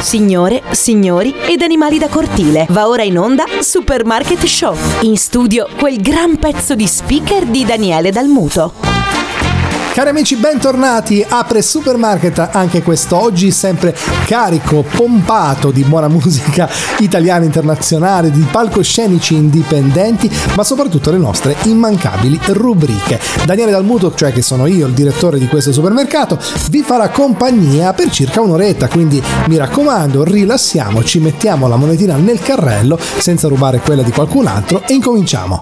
Signore, signori ed animali da cortile. Va ora in onda Supermarket Show. In studio quel gran pezzo di speaker di Daniele Dalmuto. Cari amici, bentornati. Apre Supermarket anche quest'oggi, sempre carico, pompato di buona musica italiana, internazionale, di palcoscenici indipendenti, ma soprattutto le nostre immancabili rubriche. Daniele Dalmuto, cioè che sono io, il direttore di questo supermercato, vi farà compagnia per circa un'oretta, quindi mi raccomando, rilassiamoci, mettiamo la monetina nel carrello senza rubare quella di qualcun altro e incominciamo.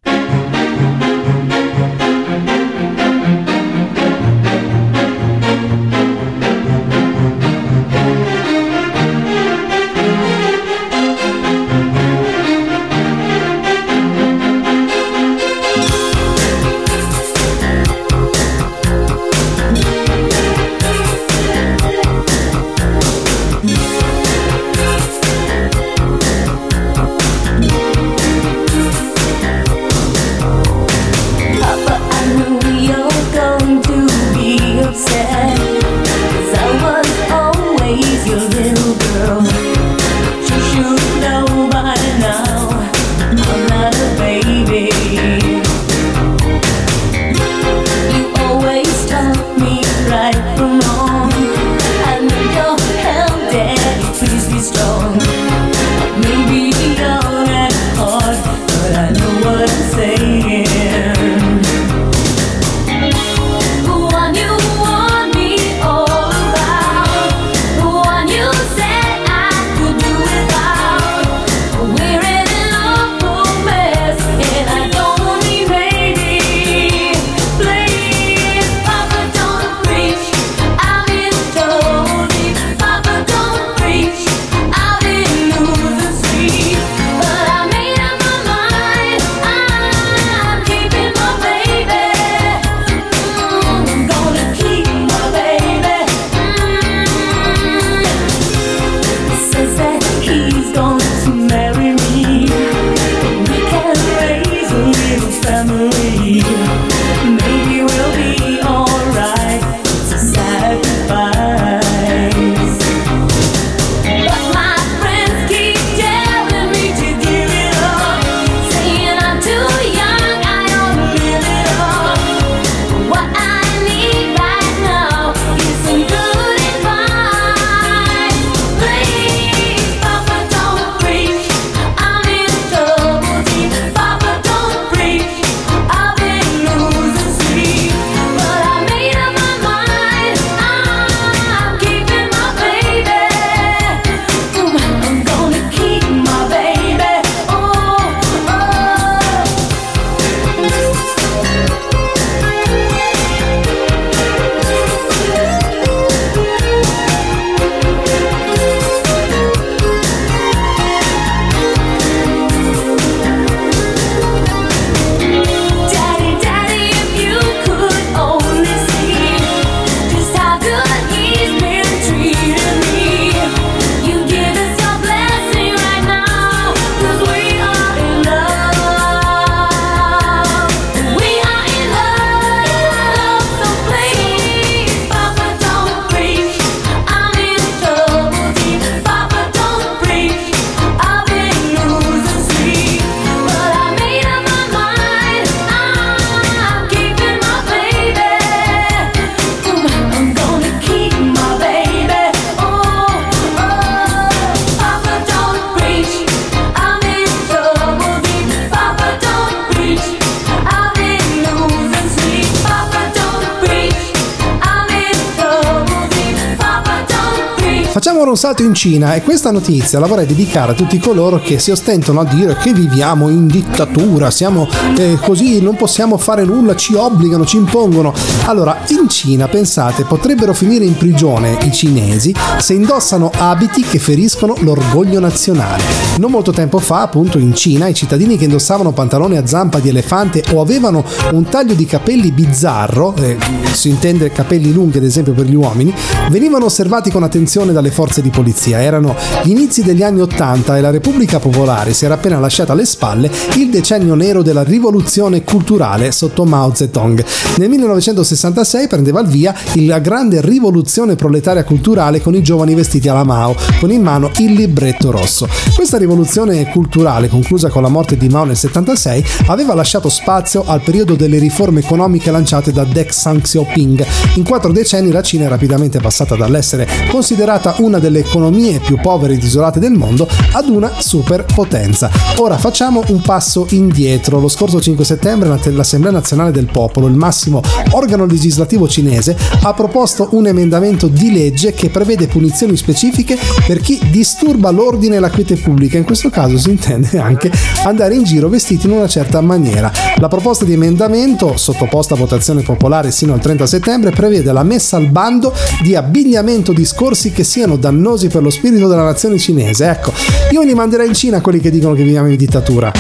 Facciamo ora un salto in Cina e questa notizia la vorrei dedicare a tutti coloro che si ostentano a dire che viviamo in dittatura, siamo così, non possiamo fare nulla, ci obbligano, ci impongono. Allora, in Cina, pensate, potrebbero finire in prigione i cinesi se indossano abiti che feriscono l'orgoglio nazionale. Non molto tempo fa, appunto, in Cina, i cittadini che indossavano pantaloni a zampa di elefante o avevano un taglio di capelli bizzarro, si intende capelli lunghi ad esempio per gli uomini, venivano osservati con attenzione dalle forze di polizia. Erano gli inizi degli anni '80 e la Repubblica Popolare si era appena lasciata alle spalle il decennio nero della rivoluzione culturale sotto Mao Zedong. Nel 1966 prendeva il via la grande rivoluzione proletaria culturale con i giovani vestiti alla Mao, con in mano il libretto rosso. Questa rivoluzione culturale, conclusa con la morte di Mao nel 76, aveva lasciato spazio al periodo delle riforme economiche lanciate da Deng Xiaoping. In 4 decenni la Cina è rapidamente passata dall'essere considerata una delle economie più povere ed isolate del mondo ad una superpotenza. Ora facciamo un passo indietro. Lo scorso 5 settembre l'Assemblea Nazionale del Popolo, il massimo organo legislativo cinese, ha proposto un emendamento di legge che prevede punizioni specifiche per chi disturba l'ordine e la quiete pubblica. In questo caso si intende anche andare in giro vestiti in una certa maniera. La proposta di emendamento, sottoposta a votazione popolare sino al 30 settembre, prevede la messa al bando di abbigliamento discorsi che siano dannosi per lo spirito della nazione cinese. Ecco, io li manderei in Cina quelli che dicono che viviamo in dittatura.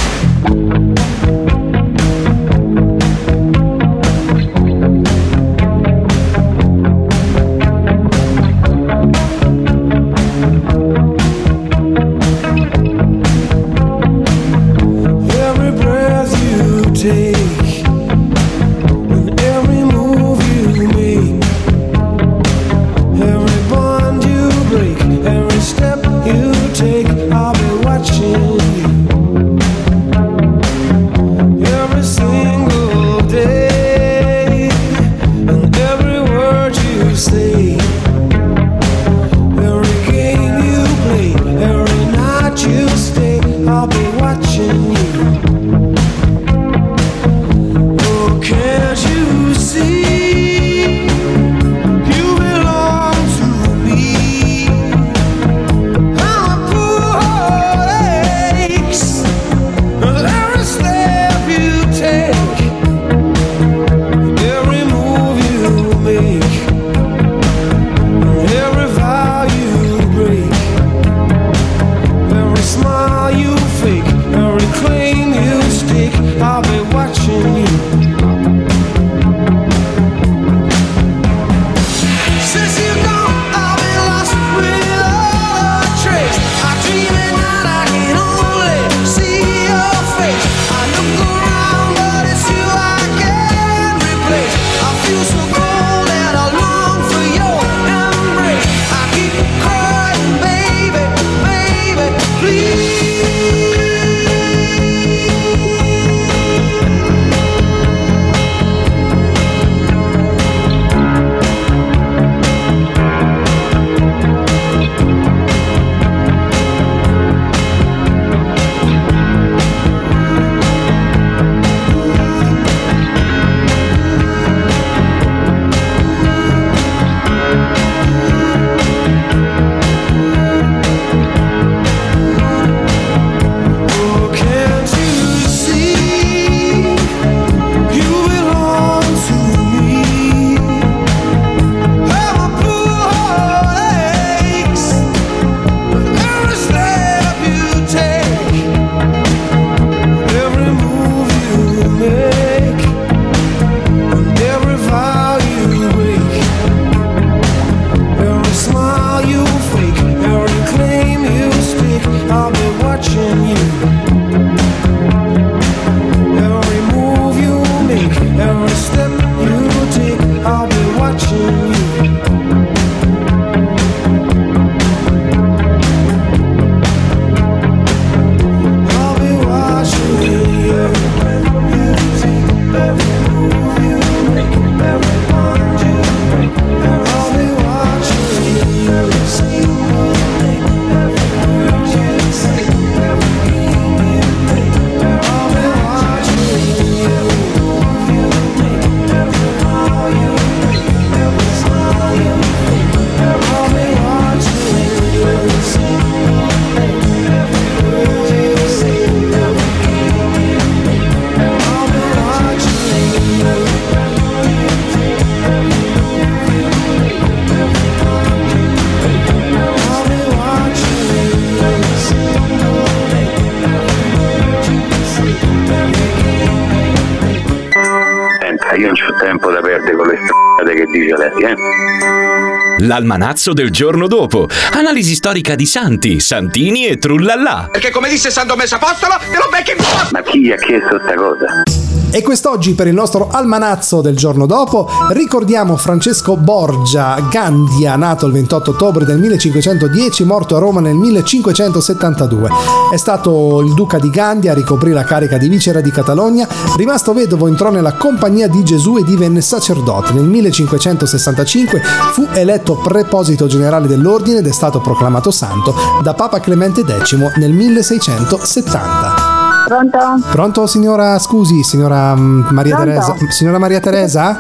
Io non c'ho tempo da perdere con le strade che dice lei, L'almanazzo del giorno dopo. Analisi storica di santi, santini e trullallà. Perché come disse San Tommaso Apostolo, te lo becchi in po'! Ma chi gli ha chiesto sta cosa? E quest'oggi per il nostro almanazzo del giorno dopo ricordiamo Francesco Borgia Gandia, nato il 28 ottobre del 1510, morto a Roma nel 1572. È stato il duca di Gandia, ricoprì la carica di viceré di Catalogna, rimasto vedovo entrò nella Compagnia di Gesù e divenne sacerdote. Nel 1565 fu eletto preposito generale dell'ordine ed è stato proclamato santo da Papa Clemente X nel 1670. Pronto? Pronto signora, scusi, signora Maria Pronto? Teresa? Signora Maria Teresa?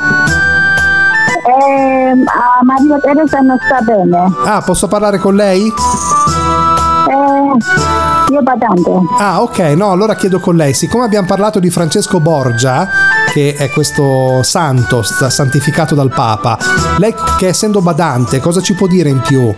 Maria Teresa non sta bene. Ah, posso parlare con lei? Io badante. Ah, ok, no, allora chiedo con lei. Siccome abbiamo parlato di Francesco Borgia, che è questo santo santificato dal Papa, lei che essendo badante, cosa ci può dire in più?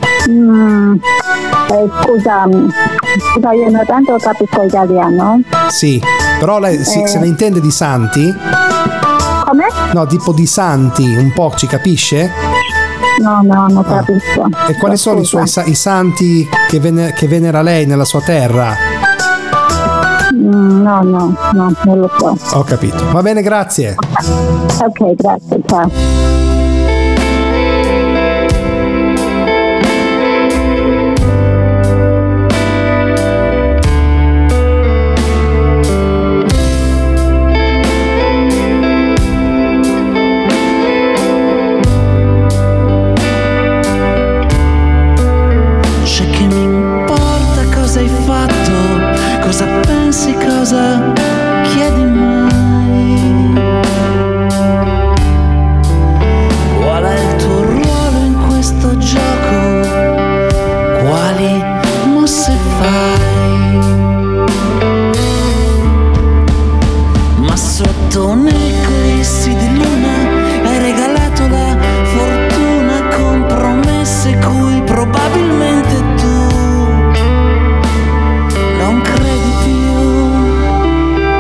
Scusa, io non tanto capisco italiano. Sì, però lei se ne intende di santi? Come? No, tipo di santi, un po', ci capisce? No, non capisco. E quali sono i santi che venera lei nella sua terra? No, non lo so. Ho capito. Va bene, grazie. Ok, grazie, ciao. Cosa chiedi mai? Qual è il tuo ruolo in questo gioco? Quali mosse fai? Ma sotto un'eclissi di luna hai regalato la fortuna con promesse cui probabilmente tu non credi più.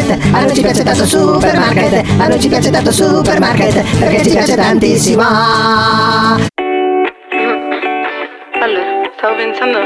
Supermarket. A noi ci piace tanto Supermarket. A noi ci piace tanto Supermarket, perché ci piace tantissimo. Allora, stavo pensando.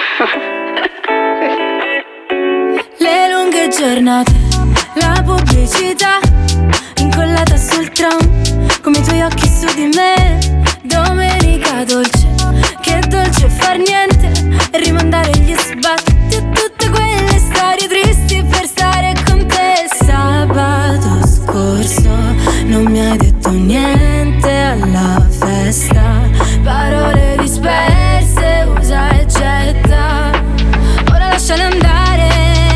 Le lunghe giornate, la pubblicità incollata sul tram, come i tuoi occhi su di me. Domenica dolce, che dolce far niente e rimandare gli sbatti a tutte quelle storie tristi per stare con te. Sabato scorso non mi hai detto niente alla festa, parole disperse, usa e getta. Ora lasciale andare,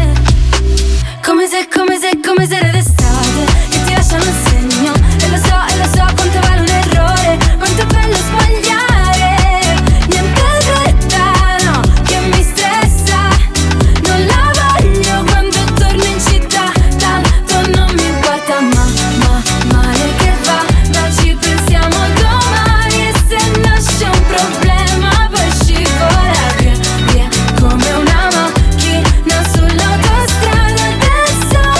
come se era d'estate, che ti lasciano il segno. E lo so quanto vale un errore, quanto è bello sbagliare. Niente fretta, no, che mi stressa. Non la voglio quando torno in città, tanto non mi importa, male che va, ci pensiamo domani. E se nasce un problema poi scivola via, come una macchina sull'autostrada del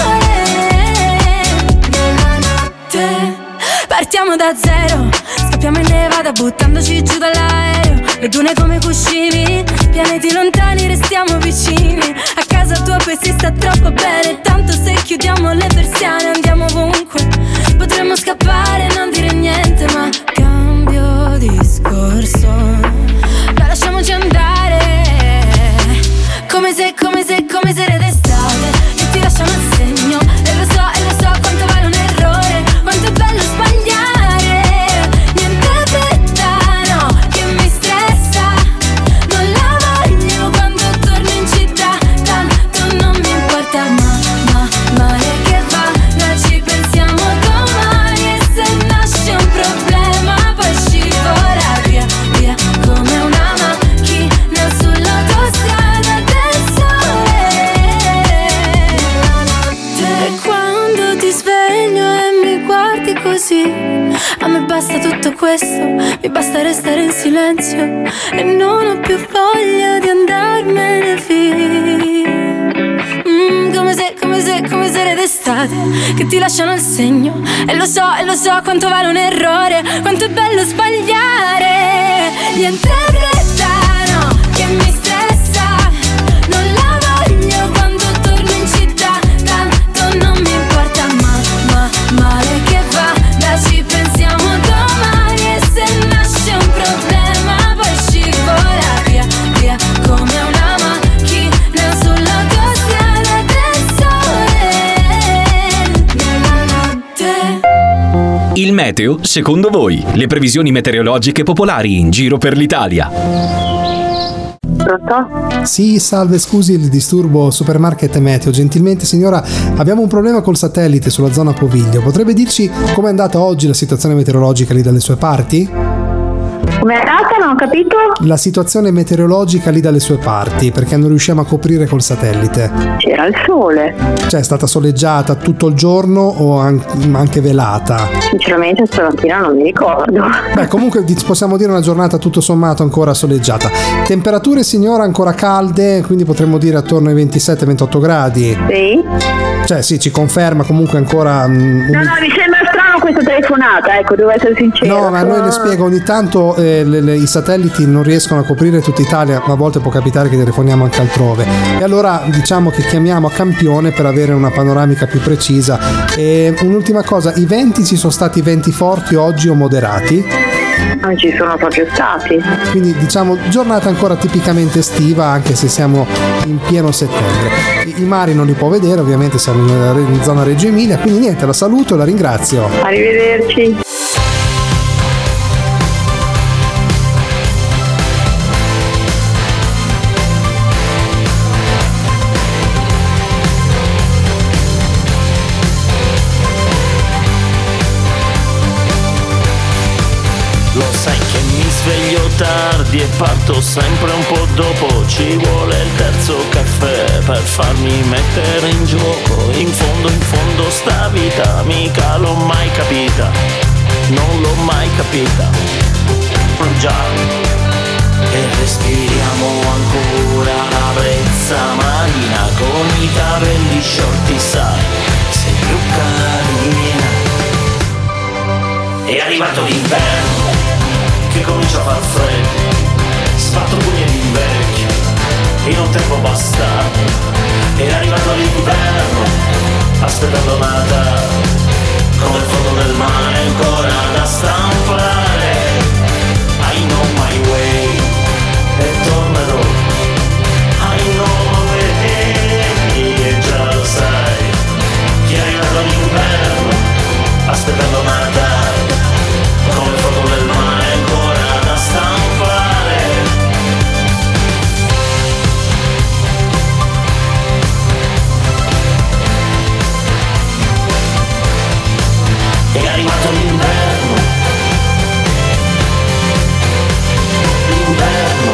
sole. Nella notte partiamo da zero, scappiamo in Nevada buttandoci giù dall'aereo. Le dune come cuscini, pianeti lontani restiamo vicini. A casa tua poi si sta troppo bene, tanto se chiudiamo le persiane andiamo ovunque. Potremmo scappare e non dire niente, ma cambio discorso. Dai, lasciamoci andare, come se era d'estate, che ti lasciano il segno. E lo so quanto vale un errore, quanto è bello sbagliare. Niente fretta, no, che mi stressa. Non la voglio quando torno in città, tanto non mi importa, male che va, noi ci pensiamo domani. E se nasce un problema poi scivola via, come una macchina sull'autostrada del sole. E quando ti sveglio e mi guardi così, a me basta tutto questo, mi basta restare in silenzio e non ho più voglia di andarmene via. Come se era d'estate, che ti lasciano il segno. E lo so quanto vale un errore, quanto è bello sbagliare. Niente fretta, no, che mi stressa. Non la voglio quando torno in città, tanto non mi importa, male che va, ci pensiamo domani. E se nasce un problema poi scivola via, come una macchina sull'autostrada del sole. Nella notte. Il meteo, secondo voi, le previsioni meteorologiche popolari in giro per l'Italia. Pronto? Sì, salve, scusi il disturbo, Supermarket Meteo. Gentilmente signora, abbiamo un problema col satellite sulla zona Poviglio. Potrebbe dirci com'è andata oggi la situazione meteorologica lì dalle sue parti? Come è andata? Non ho capito? La situazione meteorologica lì dalle sue parti, perché non riusciamo a coprire col satellite. C'era il sole. Cioè è stata soleggiata tutto il giorno o anche velata? Sinceramente stamattina non mi ricordo. Beh, comunque possiamo dire una giornata tutto sommato ancora soleggiata. Temperature, signora, ancora calde, quindi potremmo dire attorno ai 27-28 gradi. Sì. Cioè sì, ci conferma comunque ancora... No, mi sembra strano questa telefonata, ecco, devo essere sincero. No, ma noi le spiego, ogni tanto i satelliti non riescono a coprire tutta Italia, ma a volte può capitare che telefoniamo anche altrove. E allora diciamo che chiamiamo a campione per avere una panoramica più precisa. E un'ultima cosa, i venti ci sono stati venti forti oggi o moderati? Non ci sono proprio stati. Quindi diciamo giornata ancora tipicamente estiva, anche se siamo in pieno settembre. I mari non li può vedere, ovviamente siamo in zona Reggio Emilia, quindi niente, la saluto e la ringrazio. Arrivederci. Lo sai che mi sveglio tardi e parto sempre un po' dopo. Ci vuole il terzo caffè per farmi mettere in gioco. In fondo sta vita mica l'ho mai capita. Non l'ho mai capita. Già. e respiriamo ancora la brezza marina con i capelli sciolti, sai, sei più carina. È arrivato l'inverno che comincia a far freddo, sbatto pugni d'invecchio in un tempo bastardo. È arrivato l'inverno aspettando Natale, come il fondo del mare ancora da stampare. I know my way e tornerò. I know my way e già lo sai che è arrivato l'inverno aspettando Natale, come il fondo del mare ancora da stampare. È arrivato l'inverno, l'inverno,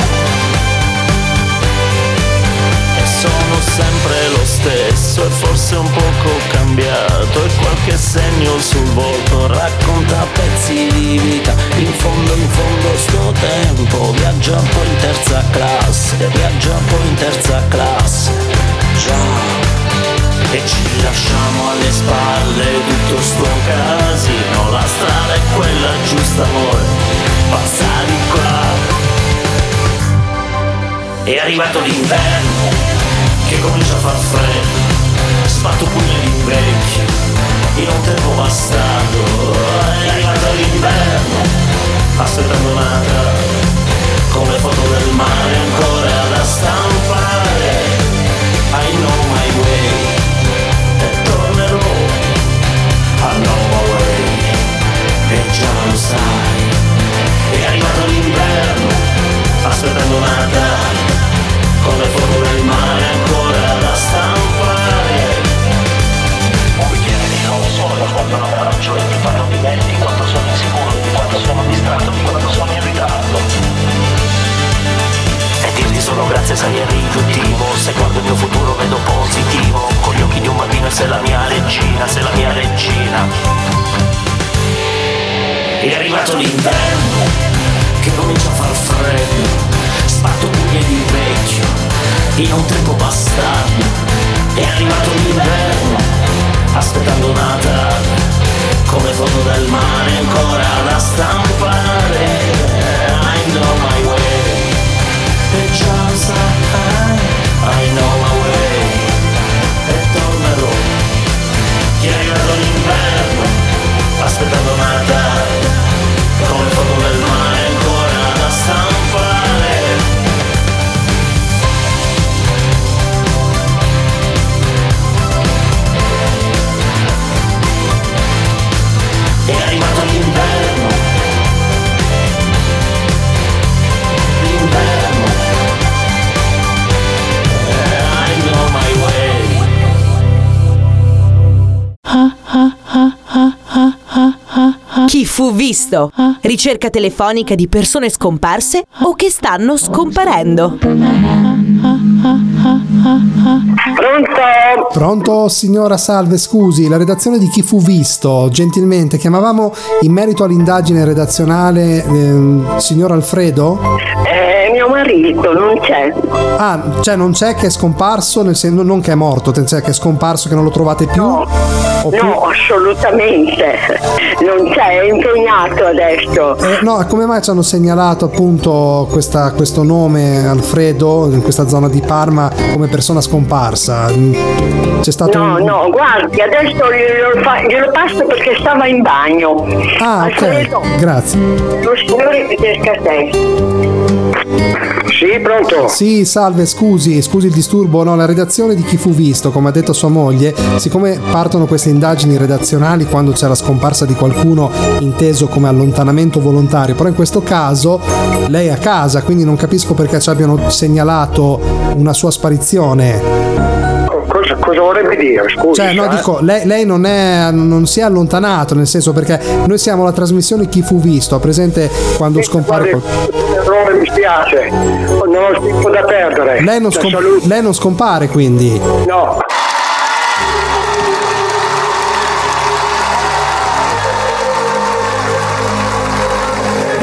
e sono sempre lo stesso e forse un poco cambiato, e qualche segno sul volto racconta pezzi di vita. In fondo sto tempo viaggia un po' in terza classe, viaggia un po' in terza classe, già. E ci lasciamo alle spalle tutto sto casino, la strada è quella giusta, amore, passa di qua. È arrivato l'inverno che comincia a far freddo, sbatto pugni d'invecchio in un tempo bastardo. È arrivato l'inverno aspettando Natale, come foto del mare ancora da stampare. I know my way e tornerò. I know my way e già lo sai. È arrivato l'inverno aspettando Natale, con le foto del mare ancora da stampare. Un bicchiere di solo quando non abbraccio e ti parlo di me, di quanto sono insicuro, di quanto sono distratto, di quanto sono in ritardo. E dirti solo grazie, sai, è riduttivo. Se guardo il mio futuro vedo positivo, con gli occhi di un bambino e sei la mia regina, sei la mia regina. È arrivato l'inverno che comincia a far freddo, sbatto pugni di vecchio in un tempo bastardo. È arrivato l'inverno aspettando Natale, come foto del mare ancora da stampare. I know my way e già lo sai. I know my way e tornerò. È arrivato l'inverno aspettando Natale, come foto del mare ancora da stampare. È arrivato l'inverno, l'inverno, I know my way. Chi fu visto? Ricerca telefonica di persone scomparse o che stanno scomparendo. Pronto? Pronto, signora, salve, scusi, la redazione di Chi fu visto, gentilmente, chiamavamo in merito all'indagine redazionale signor Alfredo? Mio marito non c'è. Ah, cioè non c'è, che è scomparso, nel senso, non che è morto, cioè che è scomparso, che non lo trovate più? No, assolutamente non c'è, è impegnato adesso. No, come mai ci hanno segnalato appunto questo nome Alfredo in questa zona di Parma come persona scomparsa? C'è stato No, guardi, adesso glielo passo perché stava in bagno. Ah, Alfredo, ok, grazie. lo signore che cerca te. Sì, pronto? Sì, salve, scusi il disturbo. No, la redazione di Chi fu visto, come ha detto sua moglie, siccome partono queste indagini redazionali quando c'è la scomparsa di qualcuno inteso come allontanamento volontario, però in questo caso lei è a casa, quindi non capisco perché ci abbiano segnalato una sua sparizione. Cosa vorrebbe dire? Scusi. Cioè, no, dico, lei non si è allontanato, nel senso, perché noi siamo la trasmissione Chi fu visto, ha presente quando scompare Mi spiace, non ho tempo da perdere. Lei non scompare, quindi? No.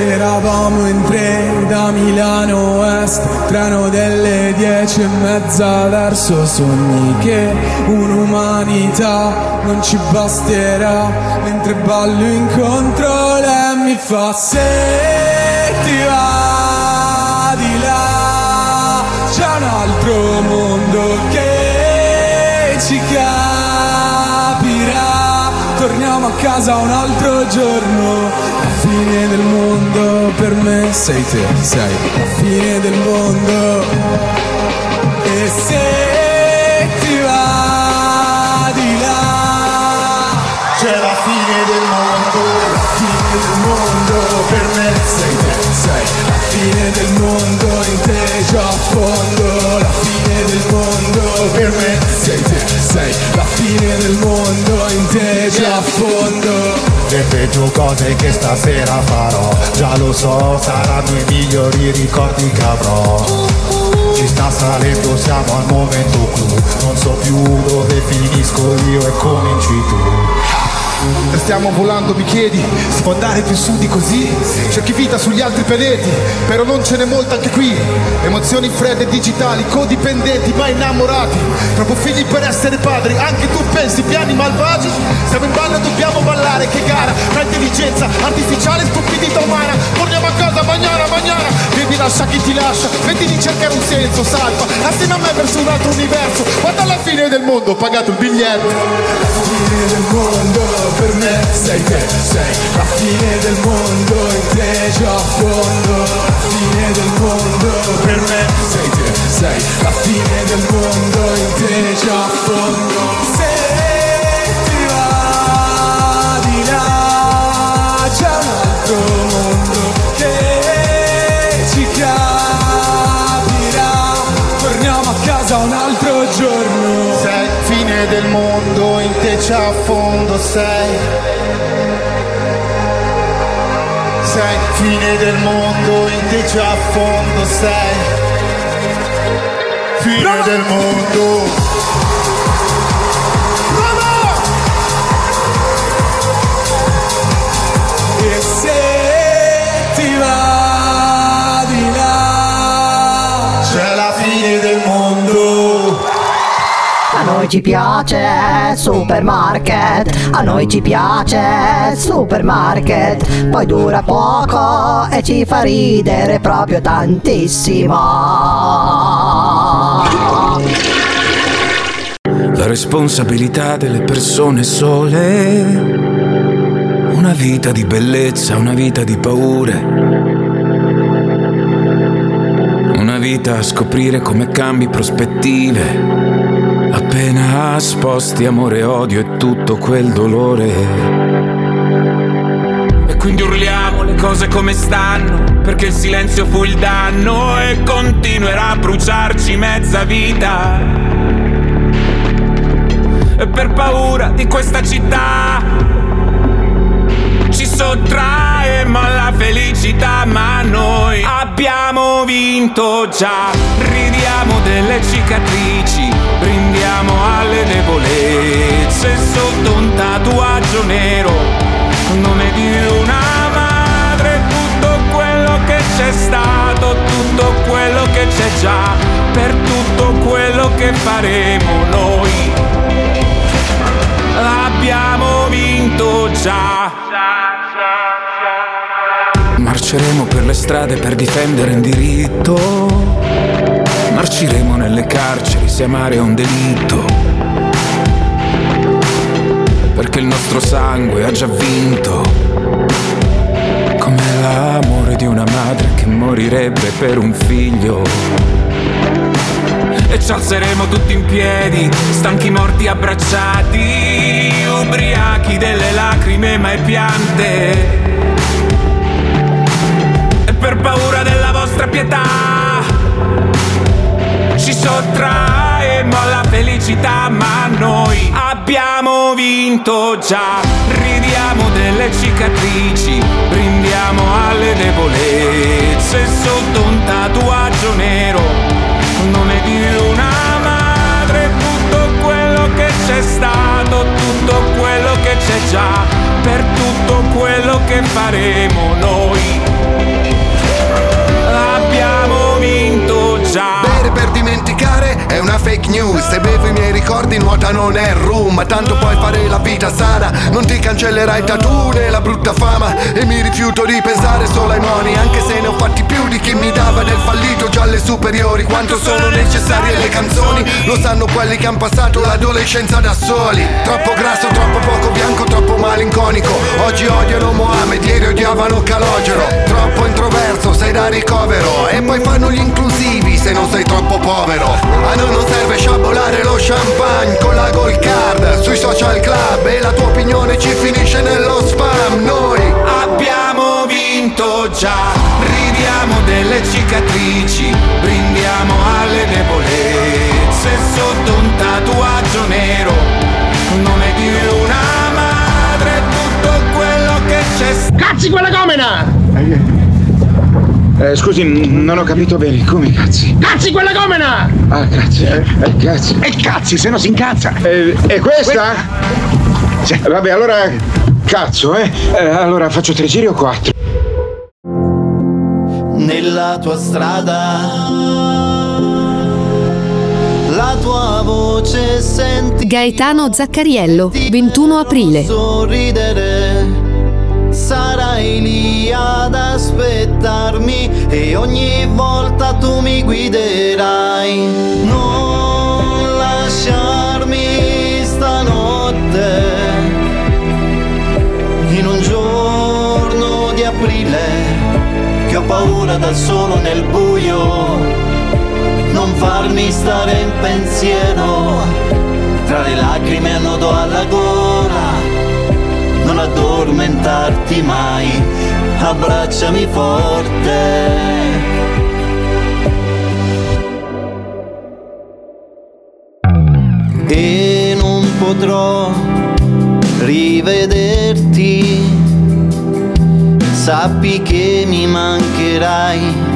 Eravamo in tre da Milano Est, treno delle 10:30 verso sogni che un'umanità non ci basterà. Mentre ballo incontro lei mi fa: se ti va di là c'è un altro mondo che ci capirà. Torniamo a casa un altro giorno. La fine del mondo per me sei te, sei la fine del mondo. E se ti va di là c'è la fine del mondo. La fine del mondo per me sei te, sei la fine del mondo. In te già affondo. La fine del mondo per me sei te, sei la fine del mondo. In te già affondo. Le peggio cose che stasera farò, già lo so, saranno i migliori ricordi che avrò. Ci sta salendo, siamo al momento clou, non so più dove finisco io e cominci tu. Stiamo volando, mi chiedi, si può andare più su di così? Cerchi vita sugli altri pianeti, però non ce n'è molta anche qui. Emozioni fredde, digitali, codipendenti, ma innamorati. Troppo figli per essere padri, anche tu pensi piani malvagi? Siamo in ballo e dobbiamo ballare, che gara tra intelligenza artificiale e stupidità umana. Torniamo a casa, mañana, mañana. Bevi lascia chi ti lascia, metti di cercare un senso, salva assieme a me verso un altro universo. Quando alla fine del mondo ho pagato il biglietto. La fine del mondo per me sei te, sei la fine del mondo. In te già a fondo. La fine del mondo per me sei te, sei la fine del mondo. In te già a fondo. Se ti va di là c'è un altro mondo che ci capirà. Torniamo a casa un altro giorno. Sei fine del mondo, in te c'è a fondo, sei fine del mondo, in te c'è a fondo, sei fine del mondo. E se ti va di là c'è la fine del mondo. A noi ci piace Supermarket, a noi ci piace Supermarket, poi dura poco e ci fa ridere proprio tantissimo. La responsabilità delle persone sole, una vita di bellezza, una vita di paure, una vita a scoprire come cambi prospettive. Appena sposti amore, odio e tutto quel dolore. E quindi urliamo le cose come stanno, perché il silenzio fu il danno e continuerà a bruciarci mezza vita. E per paura di questa città ci sottraemmo alla felicità, ma noi abbiamo vinto già. Ridiamo delle cicatrici, brindiamo alle debolezze sotto un tatuaggio nero, nome di una madre. Tutto quello che c'è stato, tutto quello che c'è già, per tutto quello che faremo noi abbiamo vinto già. Marceremo per le strade per difendere il diritto, marciremo nelle carceri se amare è un delitto, perché il nostro sangue ha già vinto, come l'amore di una madre che morirebbe per un figlio. E ci alzeremo tutti in piedi, stanchi, morti, abbracciati, ubriachi delle lacrime mai piante. E per paura della vostra pietà ci sottraemmo alla felicità, ma noi abbiamo vinto già. Ridiamo delle cicatrici, brindiamo alle debolezze sotto un tatuaggio nero, nome di una madre. Tutto quello che c'è stato, tutto quello che c'è già, per tutto quello che faremo noi fake news. Se bevo i miei ricordi nuotano nel rum. Ma tanto puoi fare la vita sana, non ti cancellerai il tattoo né la brutta fama. E mi rifiuto di pensare solo ai money, anche se ne ho fatti più di chi mi dava del fallito già alle superiori. Quanto sono necessarie le canzoni lo sanno quelli che han passato l'adolescenza da soli. Troppo grasso, troppo poco bianco, troppo malinconico. Oggi odiano Mohammed, ieri odiavano Calogero. Troppo introverso, sei da ricovero. E poi fanno gli inclusivi se non sei troppo povero. A noi non serve sciabolare lo champagne con la gold card sui social club, e la tua opinione ci finisce nello spam. Noi abbiamo vinto già, ridiamo delle cicatrici, brindiamo alle debolezze sotto un tatuaggio nero, nome di una madre, tutto quello che c'è. Cazzi quella gomena! Scusi, non ho capito bene, come cazzi? Cazzi quella gomena! Ah, cazzi, cazzi. E cazzi, se no si incazza! E questa? Sì. Vabbè, allora cazzo, allora faccio 3 giri o 4? Nella tua strada la tua voce senti. Gaetano Zaccariello, 21 aprile. Sorridere, sarai lì ad aspettarmi e ogni volta tu mi guiderai. Non lasciarmi stanotte, in un giorno di aprile, che ho paura dal solo nel buio. Non farmi stare in pensiero, tra le lacrime a nodo alla gola. Non addormentarti mai, abbracciami forte. E non potrò rivederti, sappi che mi mancherai.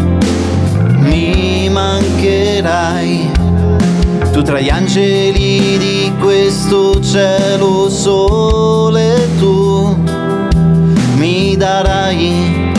Mi mancherai, tu tra gli angeli di questo cielo, sole tu mi darai,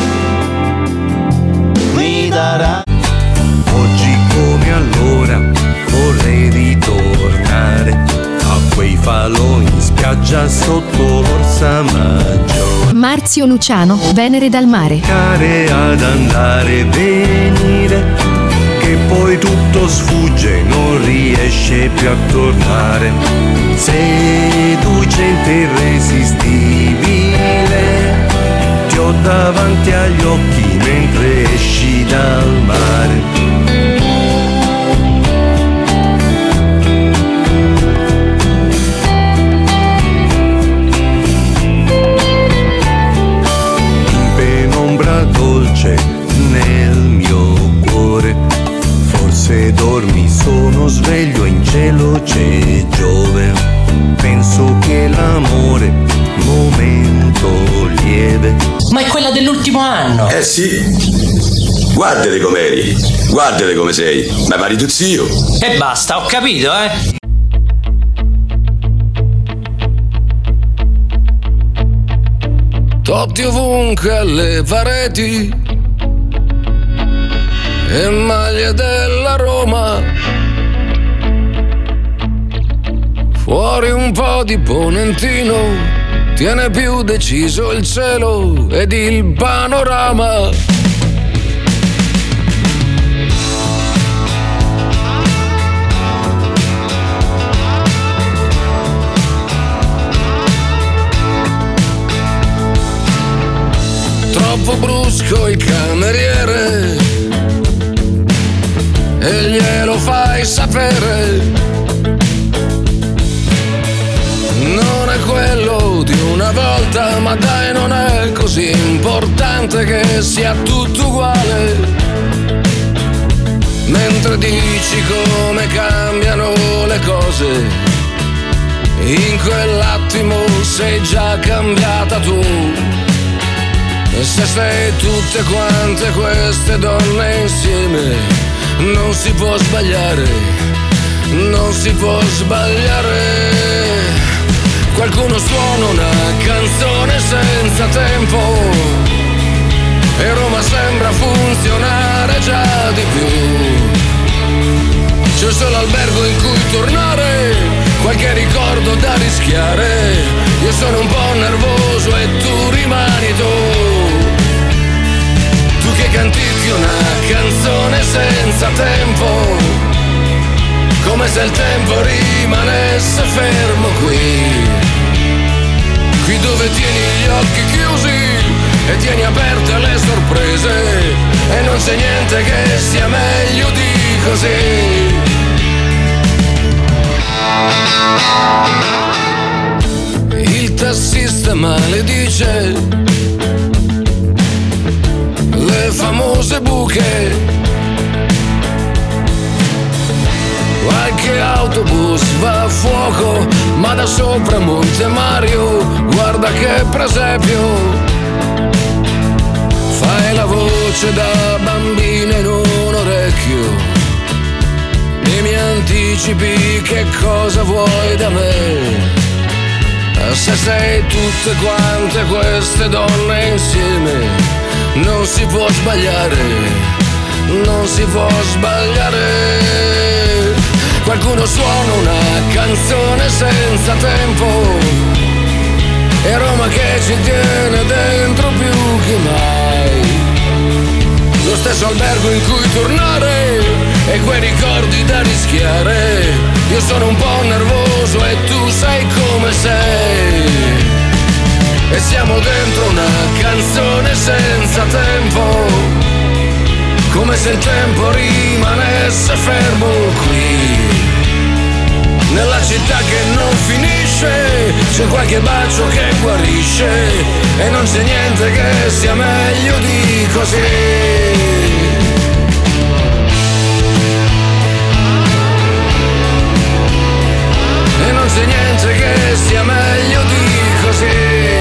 mi darai. Oggi come allora vorrei ritornare a quei falò in spiaggia sotto l'Orsa Maggiore. Marzio Luciano, Venere dal mare. Ad andare e venire, che poi tutto sfugge, non riesce più a tornare. Seducente e irresistibile, ti ho davanti agli occhi mentre esci dal mare. Dolce nel mio cuore, forse dormi, sono sveglio, in cielo c'è Giove. Penso che l'amore, momento lieve. Ma è quella dell'ultimo anno. Eh sì, guardate com'eri, guardate come sei, ma pari tu zio. E basta, ho capito, Totti ovunque alle pareti e maglie della Roma, fuori un po' di ponentino, tiene più deciso il cielo ed il panorama. Troppo brusco il cameriere e glielo fai sapere. Non è quello di una volta, ma dai, non è così importante che sia tutto uguale. Mentre dici come cambiano le cose, in quell'attimo sei già cambiata tu. Se sei tutte quante queste donne insieme, non si può sbagliare, non si può sbagliare. Qualcuno suona una canzone senza tempo e Roma sembra funzionare già di più. C'è solo albergo in cui tornare, qualche ricordo da rischiare. Io sono un po' nervoso e tu rimani tu. Tu che canticchi una canzone senza tempo, come se il tempo rimanesse fermo qui. Qui dove tieni gli occhi chiusi e tieni aperte le sorprese, e non c'è niente che sia meglio di così. Il tassista maledice le famose buche, qualche autobus va a fuoco, ma da sopra Monte Mario guarda che presepio. Fai la voce da bambina in un orecchio e mi anticipi che cosa vuoi da me. Se sei tutte quante queste donne insieme, non si può sbagliare, non si può sbagliare. Qualcuno suona una canzone senza tempo, e Roma che ci tiene dentro più che mai. Lo stesso albergo in cui tornare e quei ricordi da rischiare. Io sono un po' nervoso e tu sai come sei, e siamo dentro una canzone senza tempo, come se il tempo rimanesse fermo qui. Nella città che non finisce c'è qualche bacio che guarisce, e non c'è niente che sia meglio di così. E non c'è niente che sia meglio di così.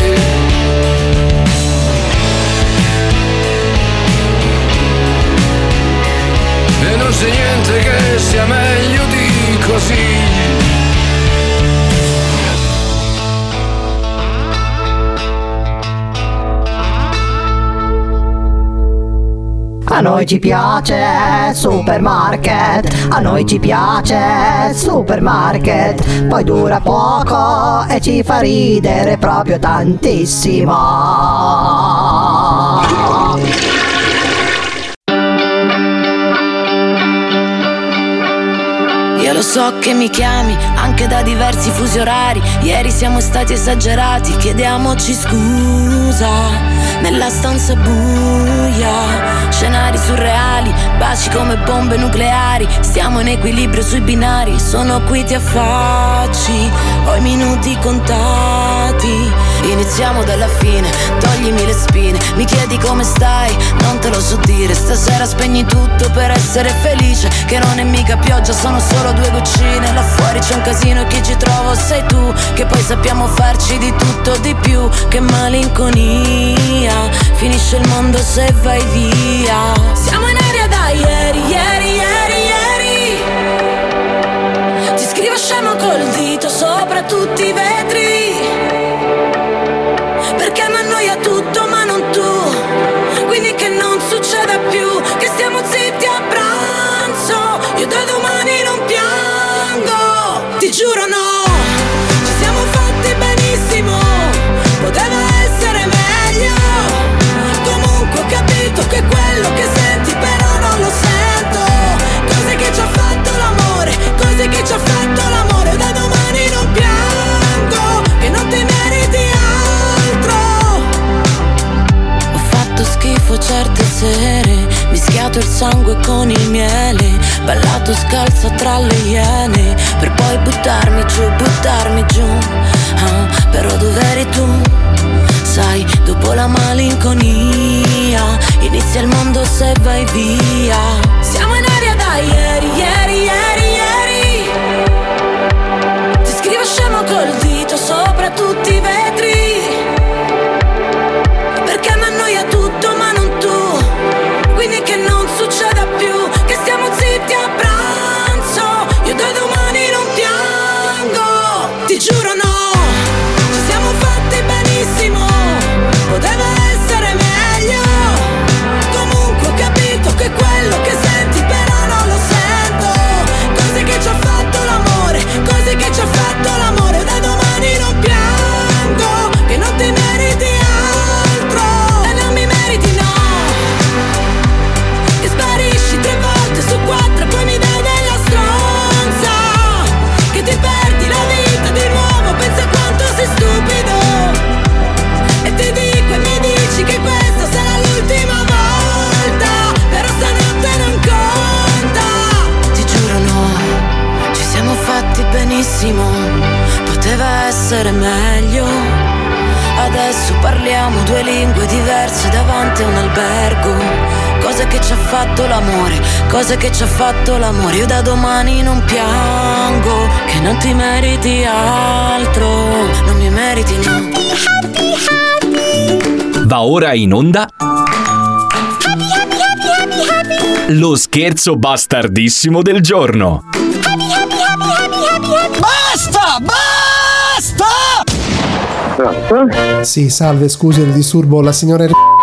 E non c'è niente che sia meglio di così. A noi ci piace Supermarket, a noi ci piace Supermarket, poi dura poco e ci fa ridere proprio tantissimo. Io lo so che mi chiami anche da diversi fusi orari. Ieri siamo stati esagerati, chiediamoci scusa. Nella stanza buia, scenari surreali, baci come bombe nucleari. Stiamo in equilibrio sui binari, sono qui ti affacci, ho i minuti contati. Iniziamo dalla fine, toglimi le spine. Mi chiedi come stai, non te lo so dire. Stasera spegni tutto per essere felice, che non è mica pioggia, sono solo 2 goccine. Là fuori c'è un casino e chi ci trovo sei tu, che poi sappiamo farci di tutto di più. Che malinconia, finisce il mondo se vai via. Siamo in aria da ieri, ieri, ieri, ieri. Ti scrivo scemo col dito sopra tutti i vetri, perché mi annoia tutto ma non tu. Quindi che non succeda più, che stiamo zitti a pranzo. Io da domani non piango, ti giuro no. Ci siamo fatti benissimo, poteva essere meglio. Comunque ho capito che quello che senti però non lo sento. Cose che ci ha fatto l'amore, cose che ci ha fatto l'amore. Da domani non piango, che non ti meriti altro. Ho fatto schifo certe sere, mischiato il sangue con il miele, ballato scalza tra le iene, per poi buttarmi giù, però dov'eri tu? Sai, dopo la malinconia, inizia il mondo se vai via. Siamo in aria da ieri, ieri, ieri, ieri. Ti scrivo scemo col dito sopra tutti i vetri, perché mi annoia tutto ma non tu. Quindi che non succeda più, che stiamo zitti a pranzo. Io da domani non piango, ti giuro no. Ci siamo fatti benissimo, poteva essere meglio. Comunque ho capito che quello che sei meglio. Adesso parliamo due lingue diverse davanti a un albergo. Cosa che ci ha fatto l'amore, cosa che ci ha fatto l'amore. Io da domani non piango, che non ti meriti altro, non mi meriti no. Va ora in onda lo scherzo bastardissimo del giorno. Basta! Basta! Sì, salve, scusi il disturbo, la signora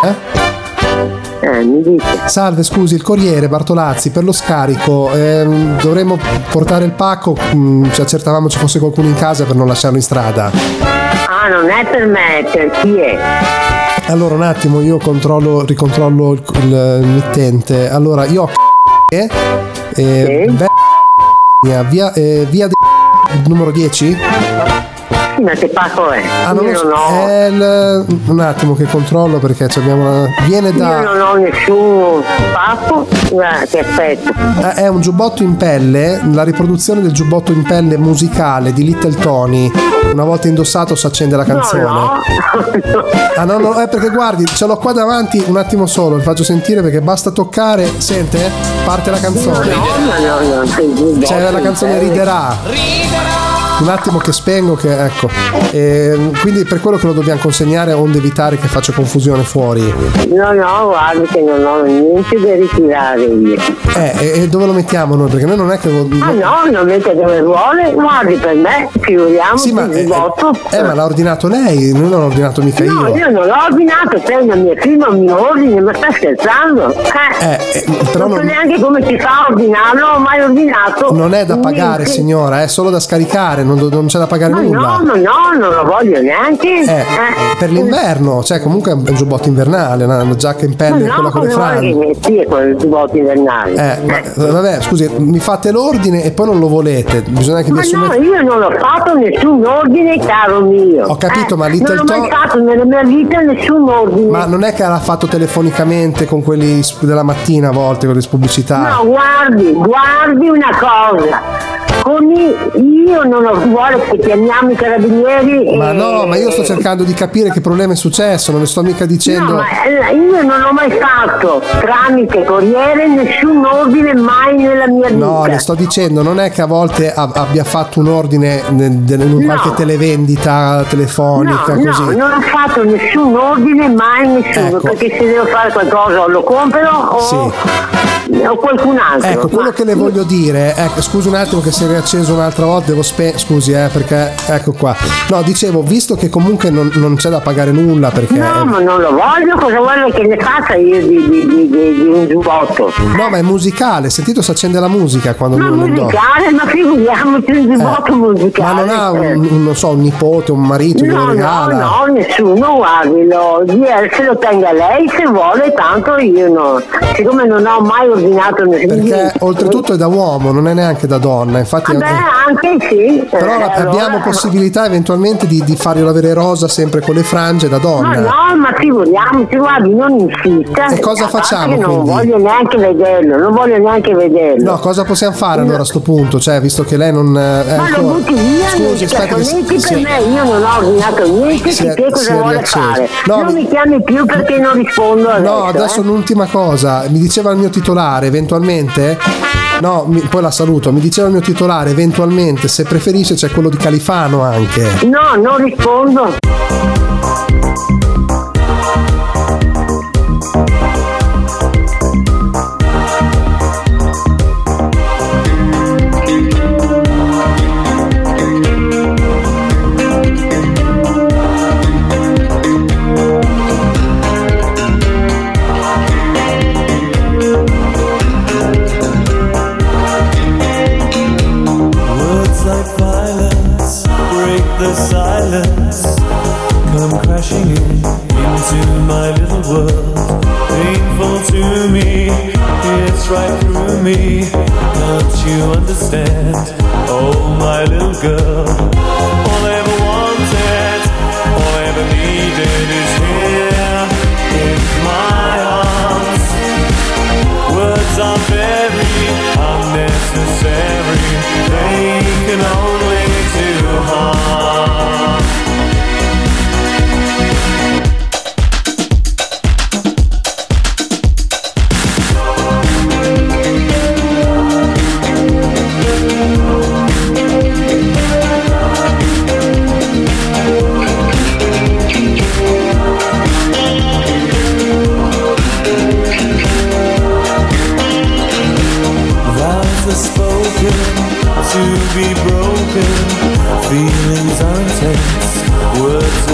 mi dice. Salve, scusi, il corriere Bartolazzi, per lo scarico dovremmo portare il pacco, ci accertavamo ci fosse qualcuno in casa per non lasciarlo in strada. Ah, non è per me, per chi è? Allora un attimo, io ricontrollo il mittente. Allora io ho via numero 10? Sì, ma che pacco è? Ah, non lo so. Un attimo che controllo perché abbiamo viene da. Io non ho nessun pacco, che aspetto. È un giubbotto in pelle, la riproduzione del giubbotto in pelle musicale di Little Tony. Una volta indossato si accende la canzone. No. Ah no, è perché guardi, ce l'ho qua davanti, un attimo solo, vi faccio sentire perché basta toccare, sente? Parte la canzone. No. C'è la canzone Riderà. Un attimo che spengo, che ecco. Quindi per quello che lo dobbiamo consegnare onde evitare che faccia confusione fuori. No, guardi che non ho niente da ritirare io. E dove lo mettiamo noi? Perché noi non è che no, lo mette dove vuole, guardi per me, figuriamoci, ma l'ha ordinato lei, non l'ho ordinato mica io. No, io non l'ho ordinato, sei una mia firma, un mio ordine, ma sta scherzando? Però non so neanche come si fa a ordinarlo, non ho mai ordinato. Non è da pagare, signora, è solo da scaricare. Non c'è da pagare nulla. No, non lo voglio neanche. Per l'inverno, cioè comunque è un giubbotto invernale, una giacca in pelle, quella con le frane. Sì, è quel giubbotto invernale. Vabbè, scusi, mi fate l'ordine e poi non lo volete. Bisogna che io non ho fatto nessun ordine, caro mio. Ho capito, ma Little Tony non ho mai fatto nella mia vita nessun ordine. Ma non è che l'ha fatto telefonicamente con quelli della mattina a volte, con le pubblicità? No, guardi una cosa. Io non vuole che chiamiamo i carabinieri. Ma io sto cercando di capire che problema è successo, non le sto mica dicendo. No, ma io non ho mai fatto tramite corriere nessun ordine mai nella mia vita. No, le sto dicendo, non è che a volte abbia fatto un ordine in qualche televendita telefonica. No, così. Non ho fatto nessun ordine mai nessuno, perché se devo fare qualcosa lo compro o qualcun altro. Ecco, quello che le voglio dire, scusi un attimo che si è riacceso un'altra volta, scusi perché ecco qua. No, dicevo, visto che comunque non c'è da pagare nulla perché. No, ma non lo voglio, cosa vuole che ne faccia io di un giubbotto? No, ma è musicale, sentito si accende la musica quando non musicale, ma figuriamoci un giubbotto musicale. Ma non ha un nipote, un marito che lo regala? No, nessuno, guardi, se lo tenga lei se vuole, tanto io no. Siccome non ho mai ordinato nessuno. Perché oltretutto è da uomo, non è neanche da donna, infatti. Anche sì. Però abbiamo possibilità eventualmente di farglielo avere rosa sempre con le frange da donna. Ma figuriamoci, guardi, non insista. E cosa facciamo quindi? Non voglio neanche vederlo. No, cosa possiamo fare allora a sto punto? Cioè, visto che lei non è ma ancora... lo butti via. Scusi, aspetta per me, io non ho ordinato niente, che cosa vuole fare? Non mi chiami più perché non rispondo adesso. No, adesso un'ultima cosa. Mi diceva il mio titolare, eventualmente... No, poi la saluto. Mi diceva il mio titolare, eventualmente, se preferisce c'è quello di Califano anche. No, non rispondo.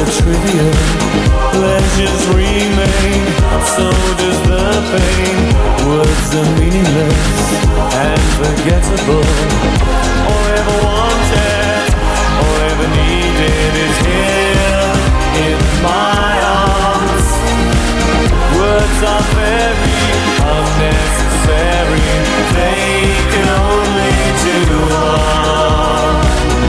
trivial. Pleasures remain, so does the pain. Words are meaningless and forgettable. All I ever wanted, all I ever needed is here in my arms. Words are very unnecessary, they can only do harm.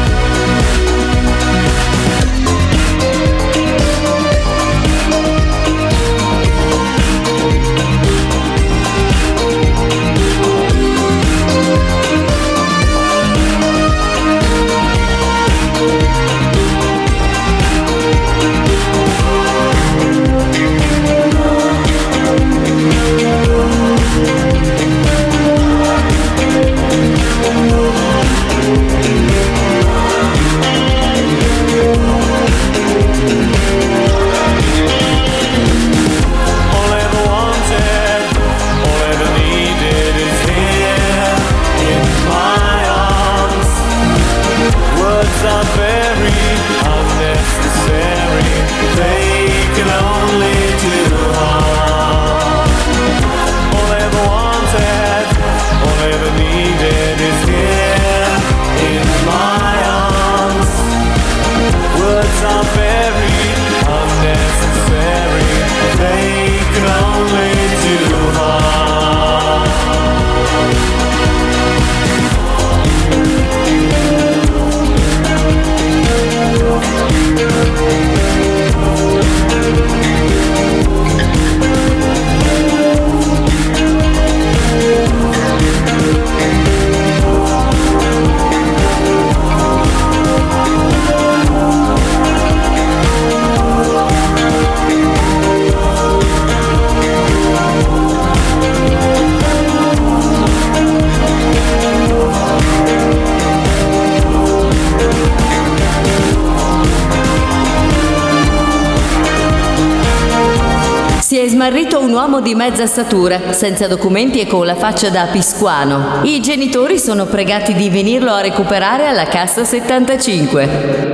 Are very unnecessary, they can only do harm. All I ever wanted, all I ever needed is here in my arms. Words are very unnecessary, they can only do harm. Si è smarrito un uomo di mezza statura, senza documenti e con la faccia da piscuano. I genitori sono pregati di venirlo a recuperare alla cassa 75.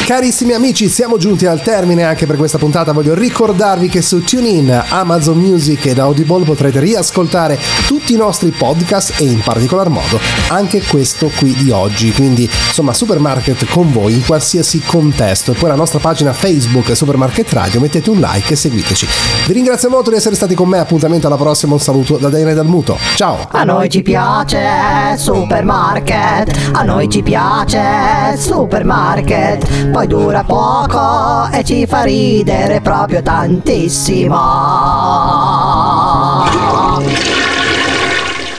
Carissimi amici, siamo giunti al termine anche per questa puntata. Voglio ricordarvi che su TuneIn, Amazon Music ed Audible potrete riascoltare tutti i nostri podcast e in particolar modo anche questo qui di oggi. Quindi insomma, Supermarket con voi in qualsiasi contesto. E poi la nostra pagina Facebook Supermarket Radio, mettete un like e seguiteci. Vi ringrazio molto di essere stati con me, appuntamento alla prossima, un saluto da Daniele Dalmuto, ciao. A noi ci piace Supermarket, a noi ci piace Supermarket, poi dura poco e ci fa ridere proprio tantissimo.